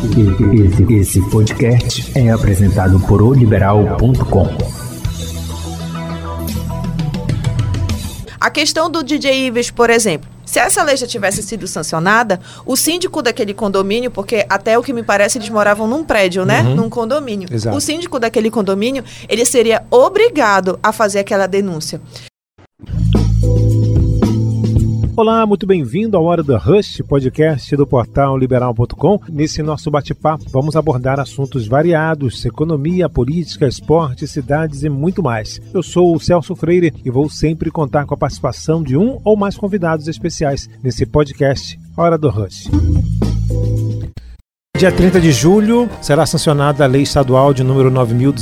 Esse podcast é apresentado por oliberal.com. A questão do DJ Ives, por exemplo, se essa lei já tivesse sido sancionada, o síndico daquele condomínio, porque até o que me parece eles moravam num prédio, né? Num condomínio. Exato. O síndico daquele condomínio, ele seria obrigado a fazer aquela denúncia. Olá, muito bem-vindo ao Hora do Rush, podcast do portal liberal.com. Nesse nosso bate-papo, vamos abordar assuntos variados, economia, política, esporte, cidades e muito mais. Eu sou o Celso Freire e vou sempre contar com a participação de um ou mais convidados especiais nesse podcast Hora do Rush. Dia 30 de julho será sancionada a Lei Estadual de número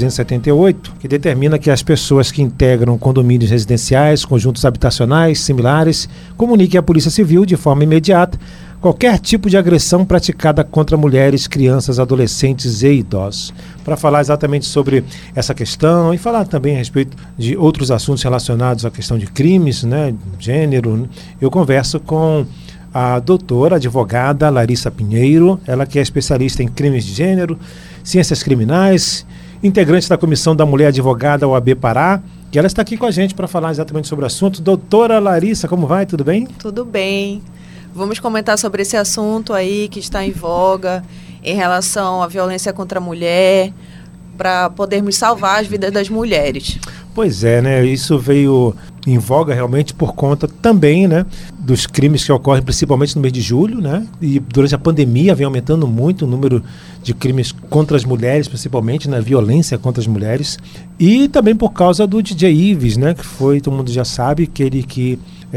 9.278, que determina que as pessoas que integram condomínios residenciais, conjuntos habitacionais similares, comuniquem à Polícia Civil de forma imediata qualquer tipo de agressão praticada contra mulheres, crianças, adolescentes e idosos. Para falar exatamente sobre essa questão e falar também a respeito de outros assuntos relacionados à questão de crimes, né, gênero, eu converso com a doutora, advogada Larissa Pinheiro, ela que é especialista em crimes de gênero, ciências criminais, integrante da Comissão da Mulher Advogada OAB Pará, e ela está aqui com a gente para falar exatamente sobre o assunto. Doutora Larissa, como vai? Tudo bem? Tudo bem. Vamos comentar sobre esse assunto aí que está em voga em relação à violência contra a mulher, para podermos salvar as vidas das mulheres. Pois é, né? Isso veio em voga realmente por conta também, né, dos crimes que ocorrem principalmente no mês de julho, né? E durante a pandemia vem aumentando muito o número de crimes contra as mulheres, principalmente, né, violência contra as mulheres. E também por causa do DJ Ives, né, que foi, todo mundo já sabe, aquele que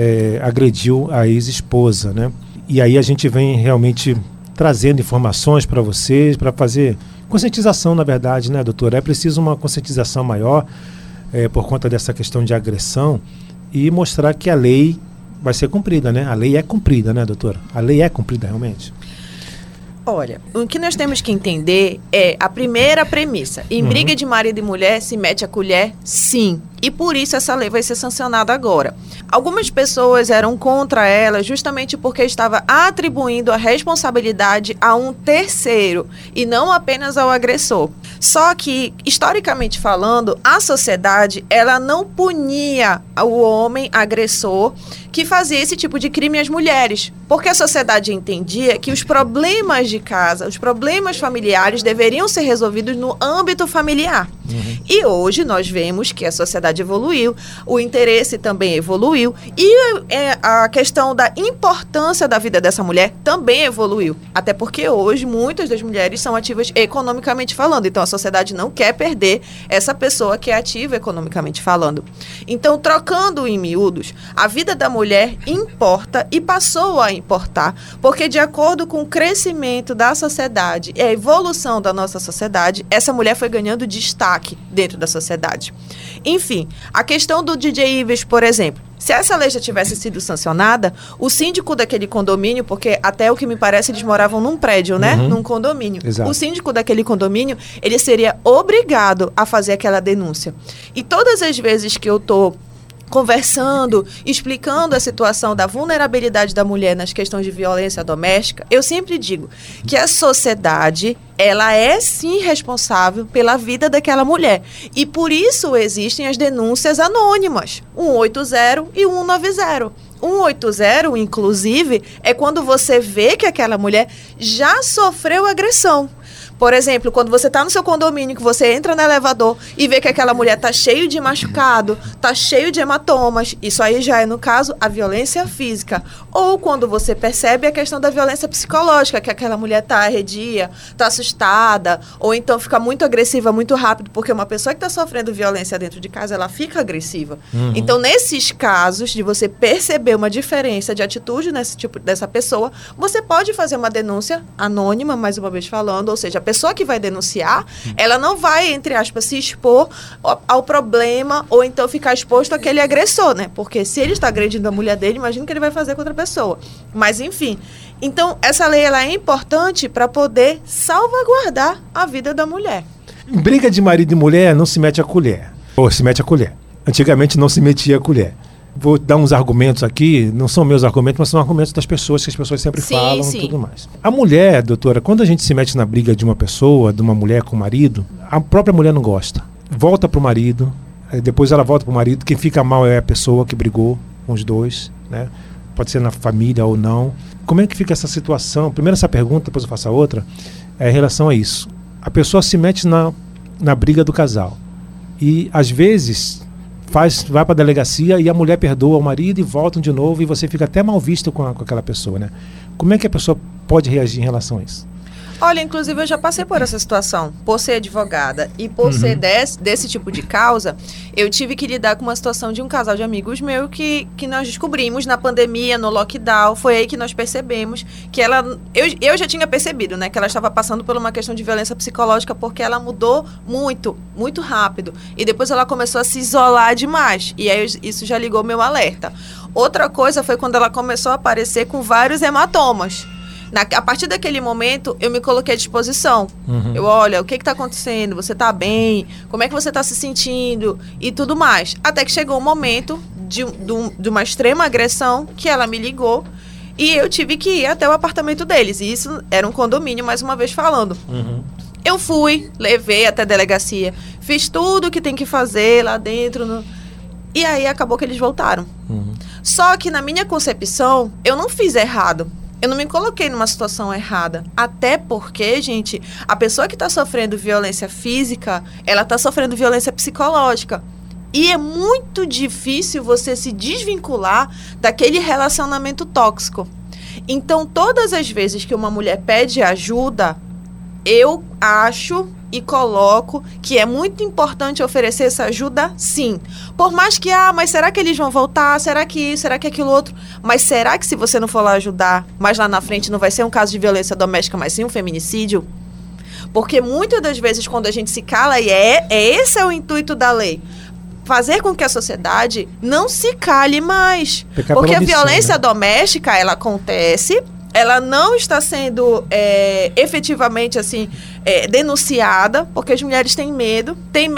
agrediu a ex-esposa, né? E aí a gente vem realmente trazendo informações para vocês, para fazer conscientização, na verdade, né, doutora? É preciso uma conscientização maior por conta dessa questão de agressão e mostrar que a lei vai ser cumprida, né? A lei é cumprida, né, doutora? A lei é cumprida realmente. Olha, o que nós temos que entender é a primeira premissa. Em briga de marido e mulher, se mete a colher, sim. E por isso essa lei vai ser sancionada agora. Algumas pessoas eram contra ela justamente porque estava atribuindo a responsabilidade a um terceiro e não apenas ao agressor. Só que, historicamente falando, a sociedade ela não punia o homem agressor que fazia esse tipo de crime às mulheres, porque a sociedade entendia que os problemas de casa, os problemas familiares deveriam ser resolvidos no âmbito familiar. E hoje nós vemos que a sociedade evoluiu, o interesse também evoluiu e a questão da importância da vida dessa mulher também evoluiu. Até porque hoje muitas das mulheres são ativas economicamente falando, então a sociedade não quer perder essa pessoa que é ativa economicamente falando. Então, trocando em miúdos, a vida da mulher importa e passou a importar, porque de acordo com o crescimento da sociedade e a evolução da nossa sociedade, essa mulher foi ganhando destaque dentro da sociedade. Enfim, a questão do DJ Ives, por exemplo, se essa lei já tivesse sido sancionada, o síndico daquele condomínio, porque até o que me parece eles moravam num prédio, né? Num condomínio. Exato. O síndico daquele condomínio, ele seria obrigado a fazer aquela denúncia. E todas as vezes que eu estou conversando, explicando a situação da vulnerabilidade da mulher nas questões de violência doméstica, eu sempre digo que a sociedade, ela é sim responsável pela vida daquela mulher. E por isso existem as denúncias anônimas, 180 e 190. 180, inclusive, é quando você vê que aquela mulher já sofreu agressão. Por exemplo, quando você está no seu condomínio, que você entra no elevador e vê que aquela mulher está cheio de machucado, está cheio de hematomas, isso aí já é, no caso, a violência física. Ou quando você percebe a questão da violência psicológica, que aquela mulher está arredia, está assustada, ou então fica muito agressiva muito rápido, porque uma pessoa que está sofrendo violência dentro de casa, ela fica agressiva. Então, nesses casos de você perceber uma diferença de atitude nesse tipo dessa pessoa, você pode fazer uma denúncia anônima, mais uma vez falando, ou seja, a pessoa que vai denunciar, ela não vai, entre aspas, se expor ao problema ou então ficar exposto àquele agressor, né? Porque se ele está agredindo a mulher dele, imagina o que ele vai fazer com outra pessoa. Mas, enfim. Então, essa lei ela é importante para poder salvaguardar a vida da mulher. Em briga de marido e mulher, não se mete a colher. Ou se mete a colher. Antigamente não se metia a colher. Vou dar uns argumentos aqui, não são meus argumentos, mas são argumentos das pessoas, que as pessoas sempre falam e tudo mais. A mulher, doutora, quando a gente se mete na briga de uma pessoa, de uma mulher com o marido, a própria mulher não gosta. Volta pro marido, depois ela volta pro marido, quem fica mal é a pessoa que brigou com os dois, né? Pode ser na família ou não. Como é que fica essa situação? Primeiro essa pergunta, depois eu faço a outra, em relação a isso. A pessoa se mete na briga do casal e, às vezes, vai para a delegacia e a mulher perdoa o marido e voltam de novo e você fica até mal visto com aquela pessoa, né? Como é que a pessoa pode reagir em relação a isso? Olha, inclusive eu já passei por essa situação, por ser advogada e por ser desse tipo de causa, eu tive que lidar com uma situação de um casal de amigos meus que nós descobrimos na pandemia, no lockdown, foi aí que nós percebemos que eu já tinha percebido, né, que ela estava passando por uma questão de violência psicológica porque ela mudou muito, muito rápido e depois ela começou a se isolar demais e aí isso já ligou meu alerta. Outra coisa foi quando ela começou a aparecer com vários hematomas. A partir daquele momento, eu me coloquei à disposição. Eu, olha, o que está acontecendo? Você está bem? Como é que você está se sentindo? E tudo mais. Até que chegou um momento de uma extrema agressão que ela me ligou e eu tive que ir até o apartamento deles. E isso era um condomínio, mais uma vez falando. Eu fui, levei até a delegacia, fiz tudo o que tem que fazer lá dentro. E aí acabou que eles voltaram. Só que na minha concepção, eu não fiz errado. Eu não me coloquei numa situação errada. Até porque, gente, a pessoa que está sofrendo violência física, ela está sofrendo violência psicológica. E é muito difícil você se desvincular daquele relacionamento tóxico. Então, todas as vezes que uma mulher pede ajuda, eu acho e coloco que é muito importante oferecer essa ajuda, sim. Por mais que, mas será que eles vão voltar? Será que isso? Será que aquilo outro? Mas será que se você não for lá ajudar, mais lá na frente não vai ser um caso de violência doméstica, mas sim um feminicídio? Porque muitas das vezes quando a gente se cala, e esse é o intuito da lei, fazer com que a sociedade não se cale mais. Porque a violência doméstica, ela acontece, ela não está sendo efetivamente assim, denunciada, porque as mulheres têm medo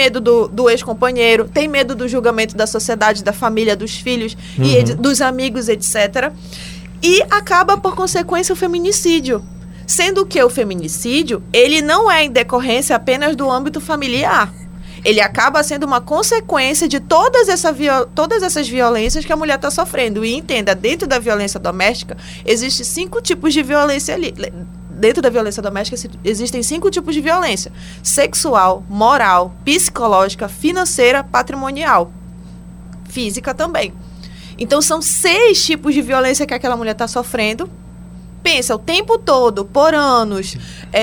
do ex-companheiro, têm medo do julgamento da sociedade, da família, dos filhos, e dos amigos, etc. E acaba, por consequência, o feminicídio. Sendo que o feminicídio, ele não é em decorrência apenas do âmbito familiar. Ele acaba sendo uma consequência de todas essas violências que a mulher está sofrendo. E entenda, dentro da violência doméstica, existem 5 tipos de violência ali. Dentro da violência doméstica, existem 5 tipos de violência: sexual, moral, psicológica, financeira, patrimonial. Física também. Então, são 6 tipos de violência que aquela mulher está sofrendo. Pensa, o tempo todo, por anos,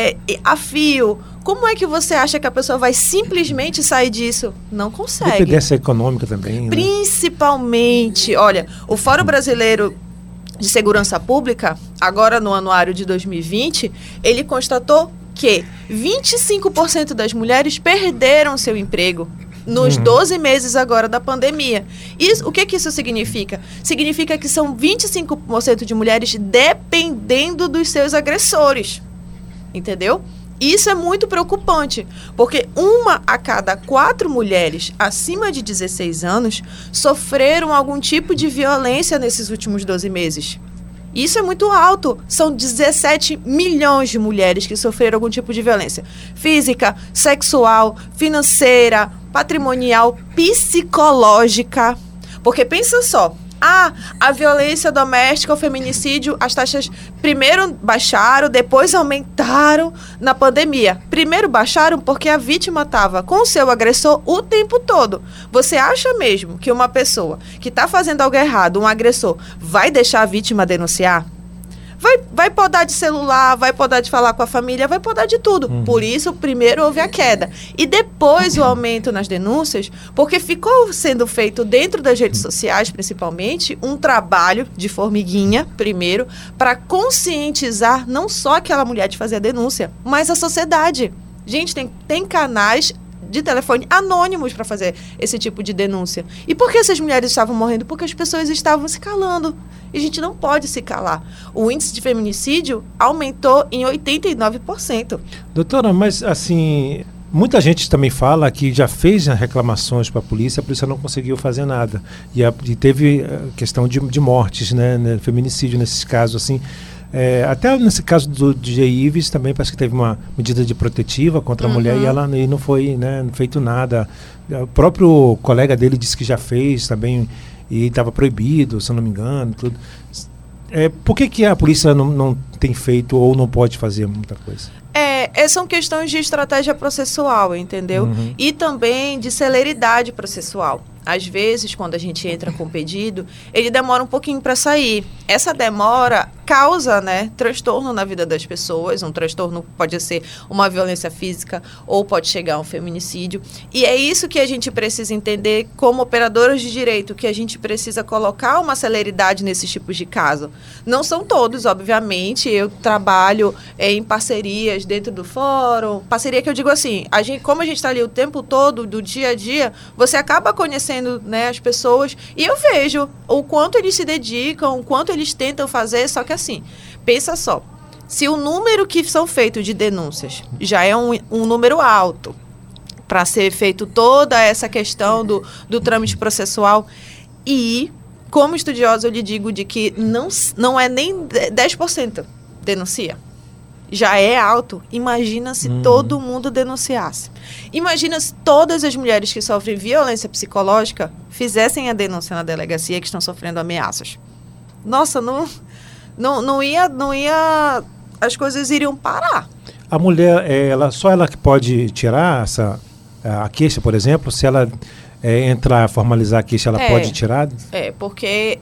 a fio. Como é que você acha que a pessoa vai simplesmente sair disso? Não consegue. Dependência econômica também, né? Principalmente, olha, o Fórum Brasileiro de Segurança Pública, agora no anuário de 2020, ele constatou que 25% das mulheres perderam seu emprego nos 12 meses agora da pandemia. O que isso significa? Significa que são 25% de mulheres dependendo dos seus agressores. Entendeu? Isso é muito preocupante, porque 1 a cada 4 mulheres acima de 16 anos sofreram algum tipo de violência nesses últimos 12 meses. Isso é muito alto. São 17 milhões de mulheres que sofreram algum tipo de violência física, sexual, financeira, patrimonial, psicológica. Porque pensa só, a violência doméstica, o feminicídio, as taxas primeiro baixaram, depois aumentaram na pandemia. Primeiro baixaram porque a vítima estava com o seu agressor o tempo todo. Você acha mesmo que uma pessoa que está fazendo algo errado, um agressor, vai deixar a vítima denunciar? Vai podar de celular, vai podar de falar com a família, vai podar de tudo. Por isso, primeiro houve a queda. E depois o aumento nas denúncias, porque ficou sendo feito dentro das redes sociais, principalmente, um trabalho de formiguinha, primeiro, para conscientizar não só aquela mulher de fazer a denúncia, mas a sociedade. Gente, tem canais de telefone anônimos para fazer esse tipo de denúncia. E por que essas mulheres estavam morrendo? Porque as pessoas estavam se calando. E a gente não pode se calar. O índice de feminicídio aumentou em 89%. Doutora, mas assim, Muita gente também fala que já fez reclamações para a polícia não conseguiu fazer nada. E teve questão de mortes, né, feminicídio nesses casos, assim. Até nesse caso do DJ Ives também parece que teve uma medida de protetiva contra a mulher e não foi, né, feito nada. O próprio colega dele disse que já fez também e estava proibido, se eu não me engano, tudo. Por que a polícia não tem feito ou não pode fazer muita coisa? São questões de estratégia processual, entendeu? E também de celeridade processual. Às vezes, quando a gente entra com pedido, ele demora um pouquinho para sair. Essa demora causa, né, transtorno na vida das pessoas. Um transtorno pode ser uma violência física ou pode chegar a um feminicídio. E é isso que a gente precisa entender como operadores de direito, que a gente precisa colocar uma celeridade nesses tipos de caso. Não são todos, obviamente. Eu trabalho em parcerias dentro do fórum. Parceria que eu digo assim, como a gente está ali o tempo todo, do dia a dia, você acaba conhecendo, né, as pessoas, e eu vejo o quanto eles se dedicam, o quanto eles tentam fazer, só que assim, pensa só, se o número que são feitos de denúncias já é um número alto, para ser feito toda essa questão do trâmite processual, e como estudiosa eu lhe digo de que não é nem 10% denuncia. Já é alto. Imagina se todo mundo denunciasse. Imagina se todas as mulheres que sofrem violência psicológica fizessem a denúncia na delegacia que estão sofrendo ameaças. Nossa, não ia, as coisas iriam parar. A mulher, só ela que pode tirar a queixa, por exemplo, se ela entrar, formalizar a queixa, ela pode tirar? Porque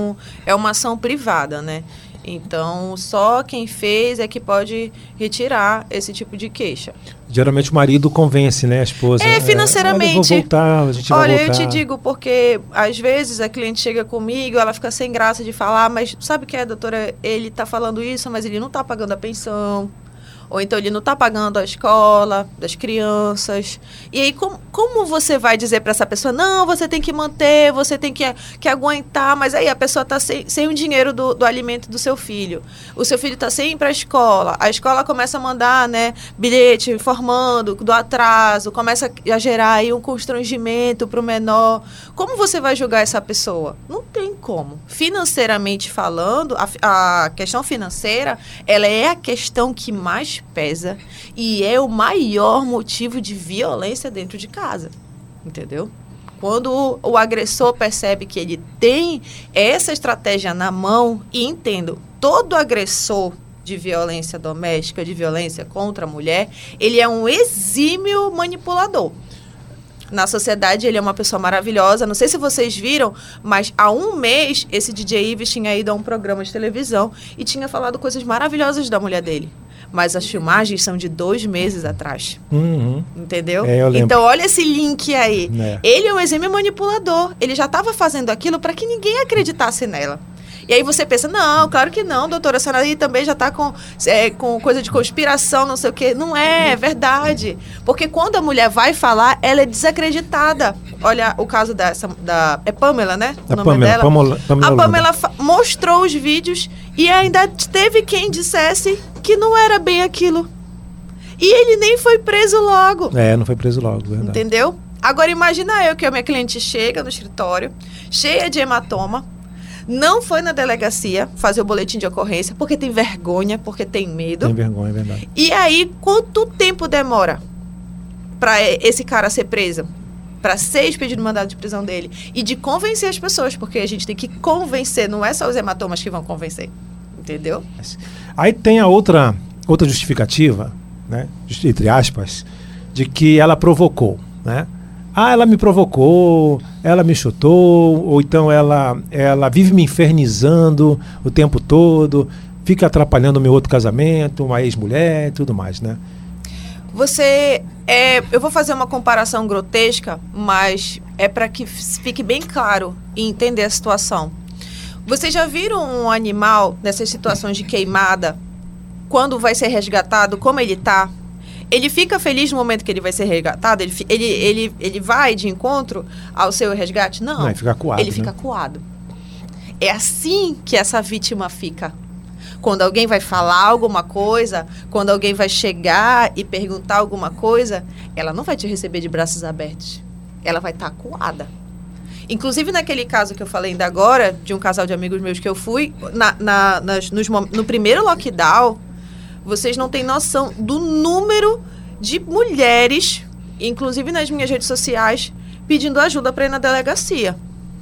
é uma ação privada, né? Então, só quem fez é que pode retirar esse tipo de queixa. Geralmente o marido convence, né, a esposa. Financeiramente. Eu vou voltar, a gente vai voltar. Olha, eu te digo, porque às vezes a cliente chega comigo, ela fica sem graça de falar, mas sabe o que é, doutora? Ele está falando isso, mas ele não está pagando a pensão. Ou então ele não está pagando a escola das crianças. E aí, como você vai dizer para essa pessoa, não, você tem que manter, você tem que aguentar, mas aí a pessoa está sem o dinheiro do alimento do seu filho. O seu filho está sem ir para a escola começa a mandar, né, bilhete informando do atraso, começa a gerar aí um constrangimento para o menor. Como você vai julgar essa pessoa? Não tem como. Financeiramente falando, a questão financeira, ela é a questão que mais pesa e é o maior motivo de violência dentro de casa, entendeu? Quando o agressor percebe que ele tem essa estratégia na mão, e entendo, todo agressor de violência doméstica, de violência contra a mulher, ele é um exímio manipulador. Na sociedade, ele é uma pessoa maravilhosa. Não sei se vocês viram, mas há um mês, esse DJ Ives tinha ido a um programa de televisão e tinha falado coisas maravilhosas da mulher dele. Mas as filmagens são de 2 meses atrás. Entendeu? Eu lembro. Então, olha esse link aí. Ele é um exímio manipulador. Ele já estava fazendo aquilo para que ninguém acreditasse nela. E aí você pensa, não, claro que não, doutora, a senhora aí também já está com coisa de conspiração, não sei o quê. Não é verdade. Porque quando a mulher vai falar, ela é desacreditada. Olha o caso é Pamela, né? O nome dela. A Pamela mostrou os vídeos e ainda teve quem dissesse que não era bem aquilo. E ele nem foi preso logo. Não foi preso logo, verdade. Entendeu? Agora imagina eu que a minha cliente chega no escritório, cheia de hematoma, não foi na delegacia fazer o boletim de ocorrência porque tem vergonha, porque tem medo. Tem vergonha, é verdade. E aí, quanto tempo demora para esse cara ser preso? Para ser expedido o mandado de prisão dele? E de convencer as pessoas, porque a gente tem que convencer, não é só os hematomas que vão convencer. Entendeu? Aí tem a outra justificativa, né, entre aspas, de que ela provocou, né? Ela me provocou, ela me chutou, ou então ela vive me infernizando o tempo todo, fica atrapalhando o meu outro casamento, uma ex-mulher e tudo mais, né? Eu vou fazer uma comparação grotesca, mas é para que fique bem claro e entender a situação. Vocês já viram um animal nessas situações de queimada, quando vai ser resgatado, como ele está? Ele fica feliz no momento que ele vai ser resgatado? Ele vai de encontro ao seu resgate? Não. Ele fica acuado. Ele fica acuado. É assim que essa vítima fica. Quando alguém vai falar alguma coisa, quando alguém vai chegar e perguntar alguma coisa, ela não vai te receber de braços abertos. Ela vai estar acuada. Inclusive, naquele caso que eu falei ainda agora, de um casal de amigos meus que eu fui, no primeiro lockdown, vocês não têm noção do número de mulheres, inclusive nas minhas redes sociais, pedindo ajuda para ir na delegacia.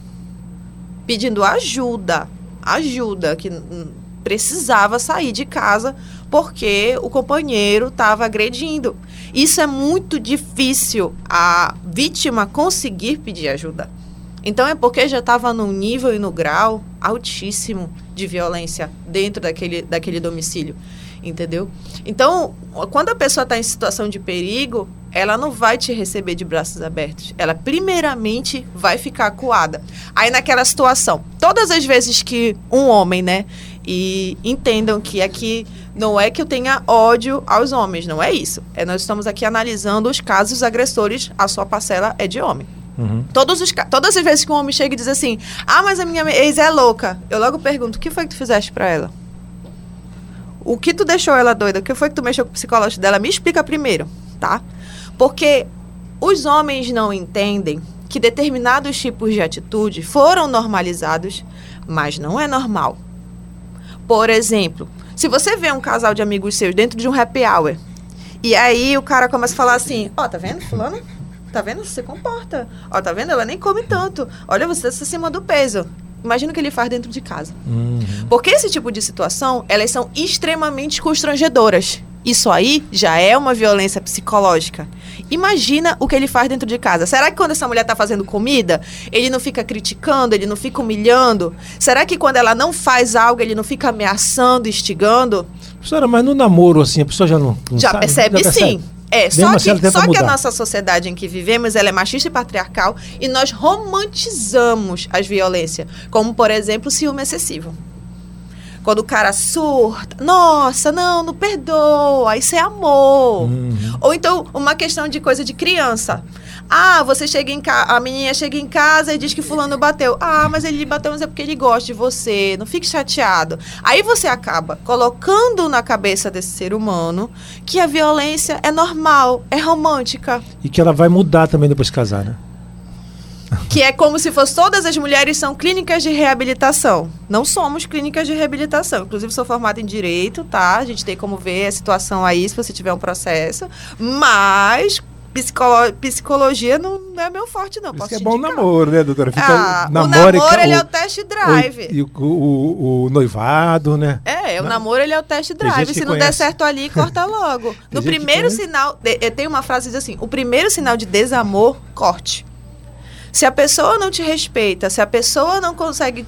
Pedindo ajuda, que precisava sair de casa porque o companheiro estava agredindo. Isso é muito difícil a vítima conseguir pedir ajuda. Então é porque já estava num nível e no grau altíssimo de violência dentro daquele domicílio, entendeu? Então, quando a pessoa está em situação de perigo, ela não vai te receber de braços abertos. Ela, primeiramente, vai ficar acuada. Aí, naquela situação, todas as vezes que um homem, né, e entendam que aqui não é que eu tenha ódio aos homens, não é isso. Nós estamos aqui analisando os casos agressores, a sua parcela é de homem. Uhum. Todas as vezes que um homem chega e diz assim, mas a minha ex é louca, eu logo pergunto, o que foi que tu fizeste pra ela? O que tu deixou ela doida? O que foi que tu mexeu com o psicológico dela? Me explica primeiro, tá? Porque os homens não entendem que determinados tipos de atitude foram normalizados, mas não é normal. Por exemplo, se você vê um casal de amigos seus dentro de um happy hour, e aí o cara começa a falar assim, tá vendo fulano? Tá vendo? Você se comporta. Tá vendo? Ela nem come tanto. Olha, você está acima do peso. Imagina o que ele faz dentro de casa. Uhum. Porque esse tipo de situação, elas são extremamente constrangedoras. Isso aí já é uma violência psicológica. Imagina o que ele faz dentro de casa. Será que quando essa mulher está fazendo comida, ele não fica criticando, ele não fica humilhando? Será que quando ela não faz algo, ele não fica ameaçando, instigando? Professora, mas no namoro, assim, a pessoa já não sabe? Percebe, sim. Só que a nossa sociedade em que vivemos, ela é machista e patriarcal e nós romantizamos as violências, como, por exemplo, o ciúme excessivo. Quando o cara surta, nossa, não perdoa, isso é amor. Ou então, uma questão de coisa de criança. Você chega em casa, a menina chega em casa e diz que fulano bateu. Mas ele bateu, mas é porque ele gosta de você, não fique chateado. Aí você acaba colocando na cabeça desse ser humano que a violência é normal, é romântica. E que ela vai mudar também depois de casar, né? Que é como se fosse todas as mulheres são clínicas de reabilitação. Não somos clínicas de reabilitação. Inclusive, sou formada em Direito, tá? A gente tem como ver a situação aí, se você tiver um processo. Mas psicologia não é meu forte, não. Isso que é bom namoro, né, doutora? O namoro, ele é o test drive. E o noivado, né? O namoro, ele é o test drive. Se não der certo ali, corta logo. No primeiro sinal... Tem uma frase que diz assim, o primeiro sinal de desamor, corte. Se a pessoa não te respeita, se a pessoa não consegue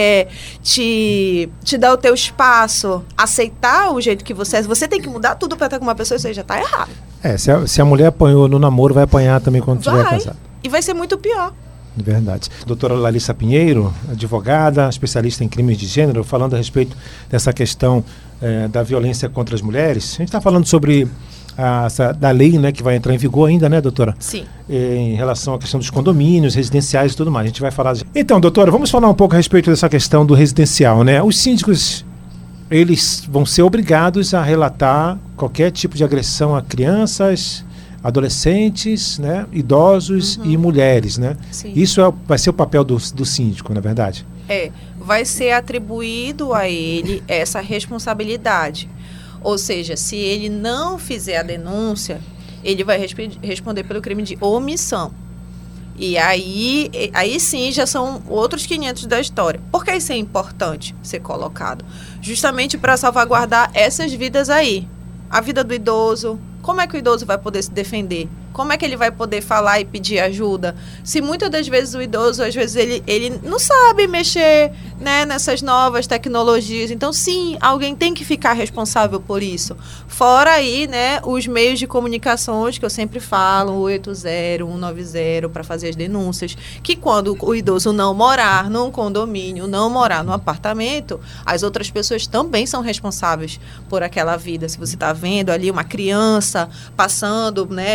te dar o teu espaço, aceitar o jeito que você tem que mudar tudo para estar com uma pessoa, isso aí já está errado. Se a mulher apanhou no namoro, vai apanhar também quando estiver casado. E vai ser muito pior. Verdade. Doutora Larissa Pinheiro, advogada, especialista em crimes de gênero, falando a respeito dessa questão da violência contra as mulheres. A gente está falando sobre... da lei, né, que vai entrar em vigor ainda, né, doutora? Sim. Em relação à questão dos condomínios, residenciais e tudo mais. A gente vai falar... Então, doutora, vamos falar um pouco a respeito dessa questão do residencial, né? Os síndicos, eles vão ser obrigados a relatar qualquer tipo de agressão a crianças, adolescentes, né, idosos e mulheres, né? Sim. Isso vai ser o papel do síndico, na verdade? Vai ser atribuído a ele essa responsabilidade. Ou seja, se ele não fizer a denúncia, ele vai responder pelo crime de omissão. E aí sim já são outros 500 da história. Por que isso é importante ser colocado? Justamente para salvaguardar essas vidas aí. A vida do idoso, como é que o idoso vai poder se defender? Como é que ele vai poder falar e pedir ajuda? Se muitas das vezes o idoso, às vezes ele não sabe mexer, né, nessas novas tecnologias. Então, sim, alguém tem que ficar responsável por isso. Fora aí, né, os meios de comunicações que eu sempre falo, 180, 190, para fazer as denúncias. Que quando o idoso não morar num condomínio, não morar num apartamento, as outras pessoas também são responsáveis por aquela vida. Se você está vendo ali uma criança passando, né, por algum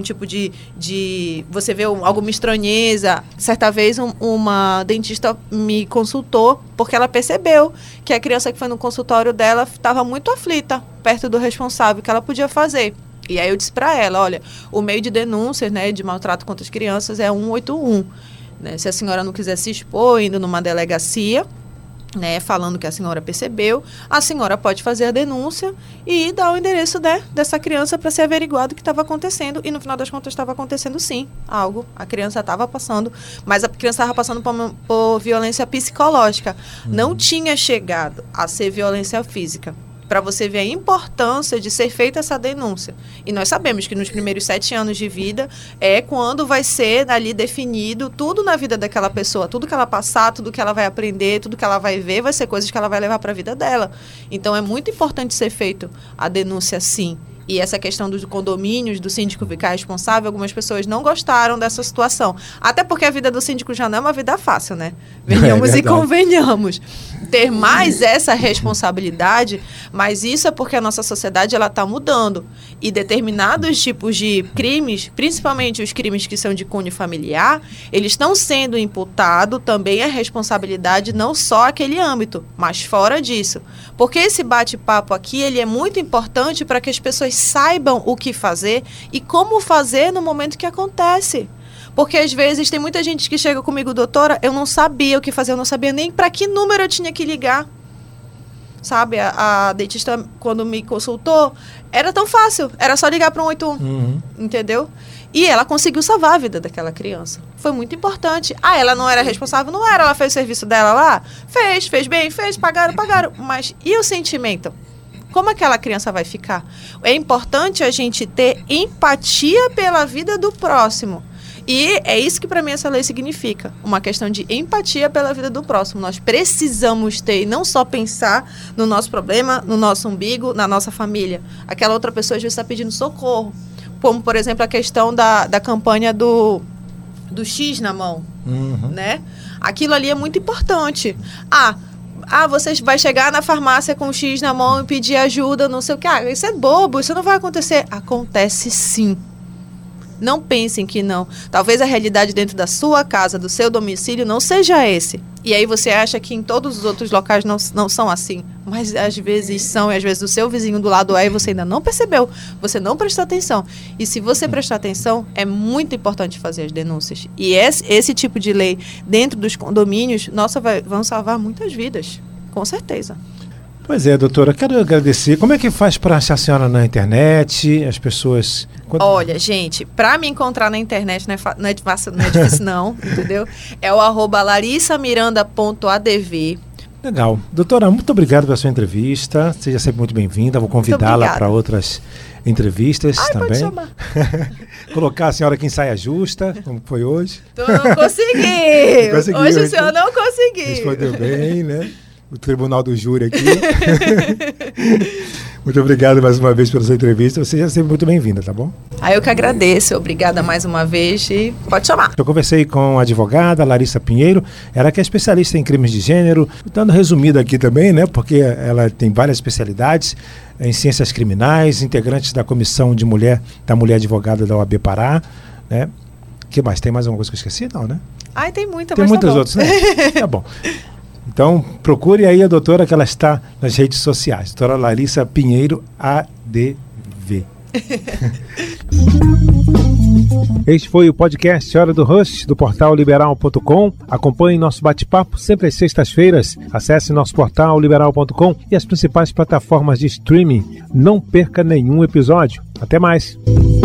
tipo de você vê alguma estranheza. Certa vez uma dentista me consultou porque ela percebeu que a criança que foi no consultório dela estava muito aflita perto do responsável, que ela podia fazer. E aí eu disse para ela, olha, o meio de denúncias, né, de maltrato contra as crianças é 181. Né? Se a senhora não quiser se expor indo numa delegacia, né, falando que a senhora percebeu, a senhora pode fazer a denúncia e dar o endereço, né, dessa criança para ser averiguado o que estava acontecendo. E no final das contas estava acontecendo sim algo. A criança estava passando, mas a criança estava passando por violência psicológica. Não tinha chegado a ser violência física. Para você ver a importância de ser feita essa denúncia. E nós sabemos que nos primeiros 7 anos de vida é quando vai ser ali definido tudo na vida daquela pessoa, tudo que ela passar, tudo que ela vai aprender, tudo que ela vai ver, vai ser coisas que ela vai levar para a vida dela. Então é muito importante ser feito a denúncia sim. E essa questão dos condomínios, do síndico ficar responsável, algumas pessoas não gostaram dessa situação. Até porque a vida do síndico já não é uma vida fácil, né? Venhamos e convenhamos. Ter mais essa responsabilidade, mas isso é porque a nossa sociedade está mudando. E determinados tipos de crimes, principalmente os crimes que são de cunho familiar, eles estão sendo imputados também a responsabilidade, não só aquele âmbito, mas fora disso. Porque esse bate-papo aqui, ele é muito importante para que as pessoas saibam o que fazer e como fazer no momento que acontece. Porque às vezes tem muita gente que chega comigo, doutora, eu não sabia o que fazer, eu não sabia nem para que número eu tinha que ligar. Sabe, a dentista, quando me consultou, era tão fácil, era só ligar para 181, entendeu? E ela conseguiu salvar a vida daquela criança. Foi muito importante. Ah, ela não era responsável? Não era, ela fez o serviço dela lá? Fez bem, pagaram. Mas e o sentimento? Como aquela criança vai ficar? É importante a gente ter empatia pela vida do próximo. E é isso que para mim essa lei significa. Uma questão de empatia pela vida do próximo. Nós precisamos ter, e não só pensar no nosso problema, no nosso umbigo, na nossa família. Aquela outra pessoa às vezes está pedindo socorro. Como, por exemplo, a questão da campanha do X na mão. Né? Aquilo ali é muito importante. Você vai chegar na farmácia com o X na mão e pedir ajuda, não sei o que. Isso é bobo, isso não vai acontecer. Acontece sim. Não pensem que não. Talvez a realidade dentro da sua casa, do seu domicílio, não seja esse. E aí você acha que em todos os outros locais não são assim. Mas às vezes são, e às vezes o seu vizinho do lado é e você ainda não percebeu. Você não prestou atenção. E se você prestar atenção, é muito importante fazer as denúncias. E esse tipo de lei dentro dos condomínios, vão salvar muitas vidas. Com certeza. Pois é, doutora, quero agradecer. Como é que faz para achar a senhora na internet? As pessoas... Olha, gente, para me encontrar na internet não é difícil não, entendeu? É o @larissamiranda.adv. Legal. Doutora, muito obrigado pela sua entrevista. Seja sempre muito bem-vinda. Vou convidá-la para outras entrevistas também. Pode chamar. Colocar a senhora aqui em saia justa, como foi hoje. Não consegui. Hoje o senhor não conseguiu. Respondeu bem, né? O tribunal do júri aqui. Muito obrigado mais uma vez pela sua entrevista. Você é sempre muito bem-vinda, tá bom? Eu que agradeço. Obrigada mais uma vez e pode chamar. Eu conversei com a advogada Larissa Pinheiro, ela que é especialista em crimes de gênero, dando resumido aqui também, né? Porque ela tem várias especialidades em ciências criminais, integrante da comissão de mulher, da mulher advogada da OAB Pará, né? Que mais? Tem mais alguma coisa que eu esqueci? Não, né? Tem muita, tem mas muitas outras, né? Tá bom. Então, procure aí a doutora, que ela está nas redes sociais. Doutora Larissa Pinheiro, ADV. Este foi o podcast Hora do Rush, do portal liberal.com. Acompanhe nosso bate-papo sempre às sextas-feiras. Acesse nosso portal liberal.com e as principais plataformas de streaming. Não perca nenhum episódio. Até mais!